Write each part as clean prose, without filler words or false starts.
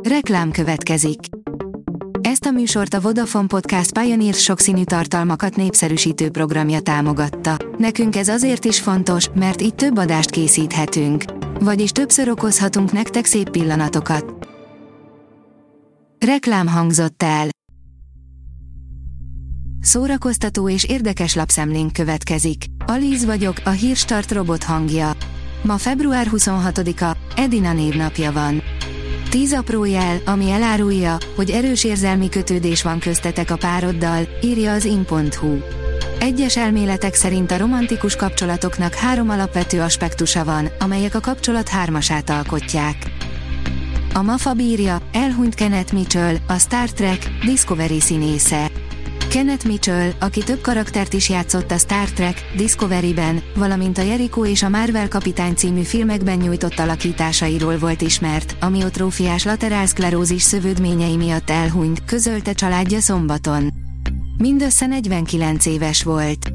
Reklám következik. Ezt a műsort a Vodafone Podcast Pioneer sokszínű tartalmakat népszerűsítő programja támogatta. Nekünk ez azért is fontos, mert így több adást készíthetünk. Vagyis többször okozhatunk nektek szép pillanatokat. Reklám hangzott el. Szórakoztató és érdekes lapszemlénk következik. Alíz vagyok, a Hírstart robot hangja. Ma február 26-a, Edina névnapja van. 10 apró jel, ami elárulja, hogy erős érzelmi kötődés van köztetek a pároddal, írja az in.hu. Egyes elméletek szerint a romantikus kapcsolatoknak 3 alapvető aspektusa van, amelyek a kapcsolat hármasát alkotják. A Mafab írja, elhunyt Kenneth Mitchell, a Star Trek Discovery színésze. Kenneth Mitchell, aki több karaktert is játszott a Star Trek Discovery-ben, valamint a Jericho és a Marvel kapitány című filmekben nyújtott alakításairól volt ismert, amiotrófiás laterálszklerózis szövődményei miatt elhunyt, közölte családja szombaton. Mindössze 49 éves volt.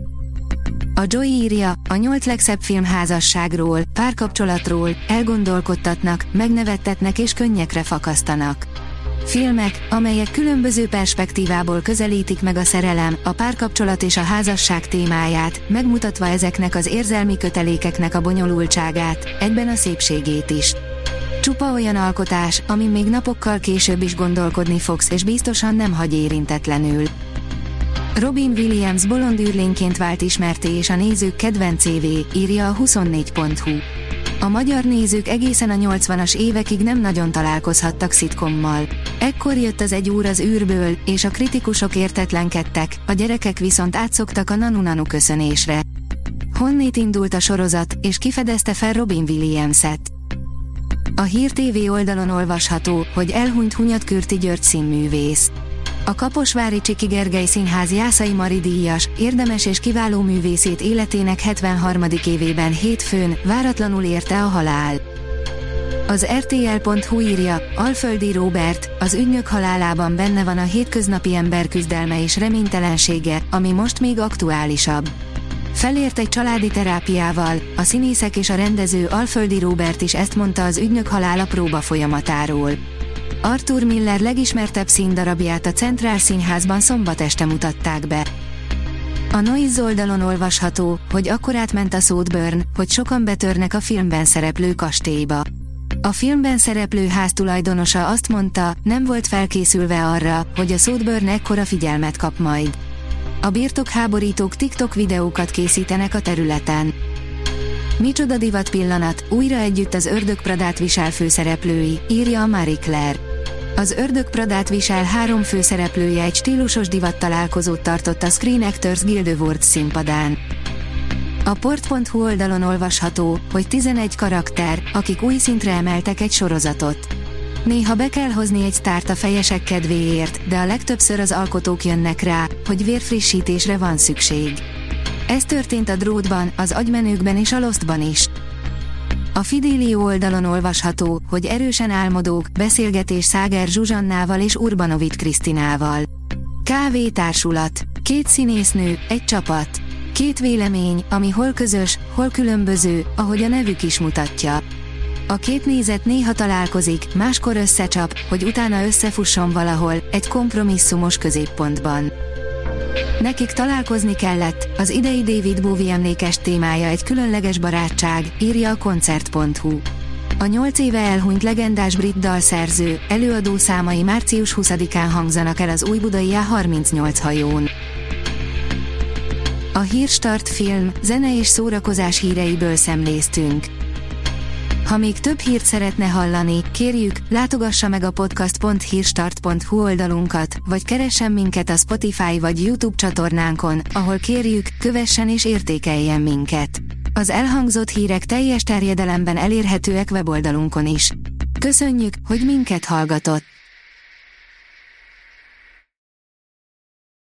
A Joy írja, a 8 legszebb film házasságról, párkapcsolatról, elgondolkodtatnak, megnevettetnek és könnyekre fakasztanak. Filmek, amelyek különböző perspektívából közelítik meg a szerelem, a párkapcsolat és a házasság témáját, megmutatva ezeknek az érzelmi kötelékeknek a bonyolultságát, egyben a szépségét is. Csupa olyan alkotás, amin még napokkal később is gondolkodni fogsz, és biztosan nem hagy érintetlenül. Robin Williams bolond űrlényként vált ismertté és a nézők kedvencévé, írja a 24.hu. A magyar nézők egészen a 80-as évekig nem nagyon találkozhattak szitkommal. Ekkor jött az Egy úr az űrből, és a kritikusok értetlenkedtek, a gyerekek viszont átszoktak a nanu-nanu köszönésre. Honnét indult a sorozat, és kifedezte fel Robin Williams-et. A Hír TV oldalon olvasható, hogy elhunyt Hunyatkürti György színművész. A Kaposvári Csiki Gergely Színház Jászai Mari díjas, érdemes és kiváló művészét életének 73. évében hétfőn váratlanul érte a halál. Az RTL.hu írja, Alföldi Róbert, az ügynök halálában benne van a hétköznapi ember küzdelme és reménytelensége, ami most még aktuálisabb. Felért egy családi terápiával, a színészek és a rendező Alföldi Róbert is ezt mondta az ügynök halála próba folyamatáról. Arthur Miller legismertebb színdarabját a Centrál Színházban szombat este mutatták be. A Noise oldalon olvasható, hogy akkorát ment a Saltburn, hogy sokan betörnek a filmben szereplő kastélyba. A filmben szereplő ház tulajdonosa azt mondta, nem volt felkészülve arra, hogy a Saltburn ekkora figyelmet kap majd. A birtokháborítók TikTok videókat készítenek a területen. Micsoda divat pillanat, újra együtt az Ördögpradát visel főszereplői, írja a Marie Claire. Az Ördögpradát visel 3 főszereplője egy stílusos divattalálkozót tartott a Screen Actors Guild Awards színpadán. A port.hu oldalon olvasható, hogy 11 karakter, akik új szintre emeltek egy sorozatot. Néha be kell hozni egy sztárt a fejesek kedvéért, de a legtöbbször az alkotók jönnek rá, hogy vérfrissítésre van szükség. Ez történt a Drótban, az Agymenőkben és a Lostban is. A Fidelio oldalon olvasható, hogy erősen álmodók, beszélgetés Száger Zsuzsannával és Urbanovics Krisztinával. Kávé társulat, 2 színésznő, egy csapat. 2 vélemény, ami hol közös, hol különböző, ahogy a nevük is mutatja. A 2 nézet néha találkozik, máskor összecsap, hogy utána összefusson valahol, egy kompromisszumos középpontban. Nekik találkozni kellett, az idei David Bowie emlékes témája egy különleges barátság, írja a koncert.hu. A 8 éve elhunyt legendás brit dalszerző, előadó számai március 20-án hangzanak el az újbudai A38 hajón. A Hírstart film, zene és szórakozás híreiből szemléztünk. Ha még több hírt szeretne hallani, kérjük, látogassa meg a podcast.hírstart.hu oldalunkat, vagy keressen minket a Spotify vagy YouTube csatornánkon, ahol kérjük, kövessen és értékeljen minket. Az elhangzott hírek teljes terjedelemben elérhetőek weboldalunkon is. Köszönjük, hogy minket hallgatott!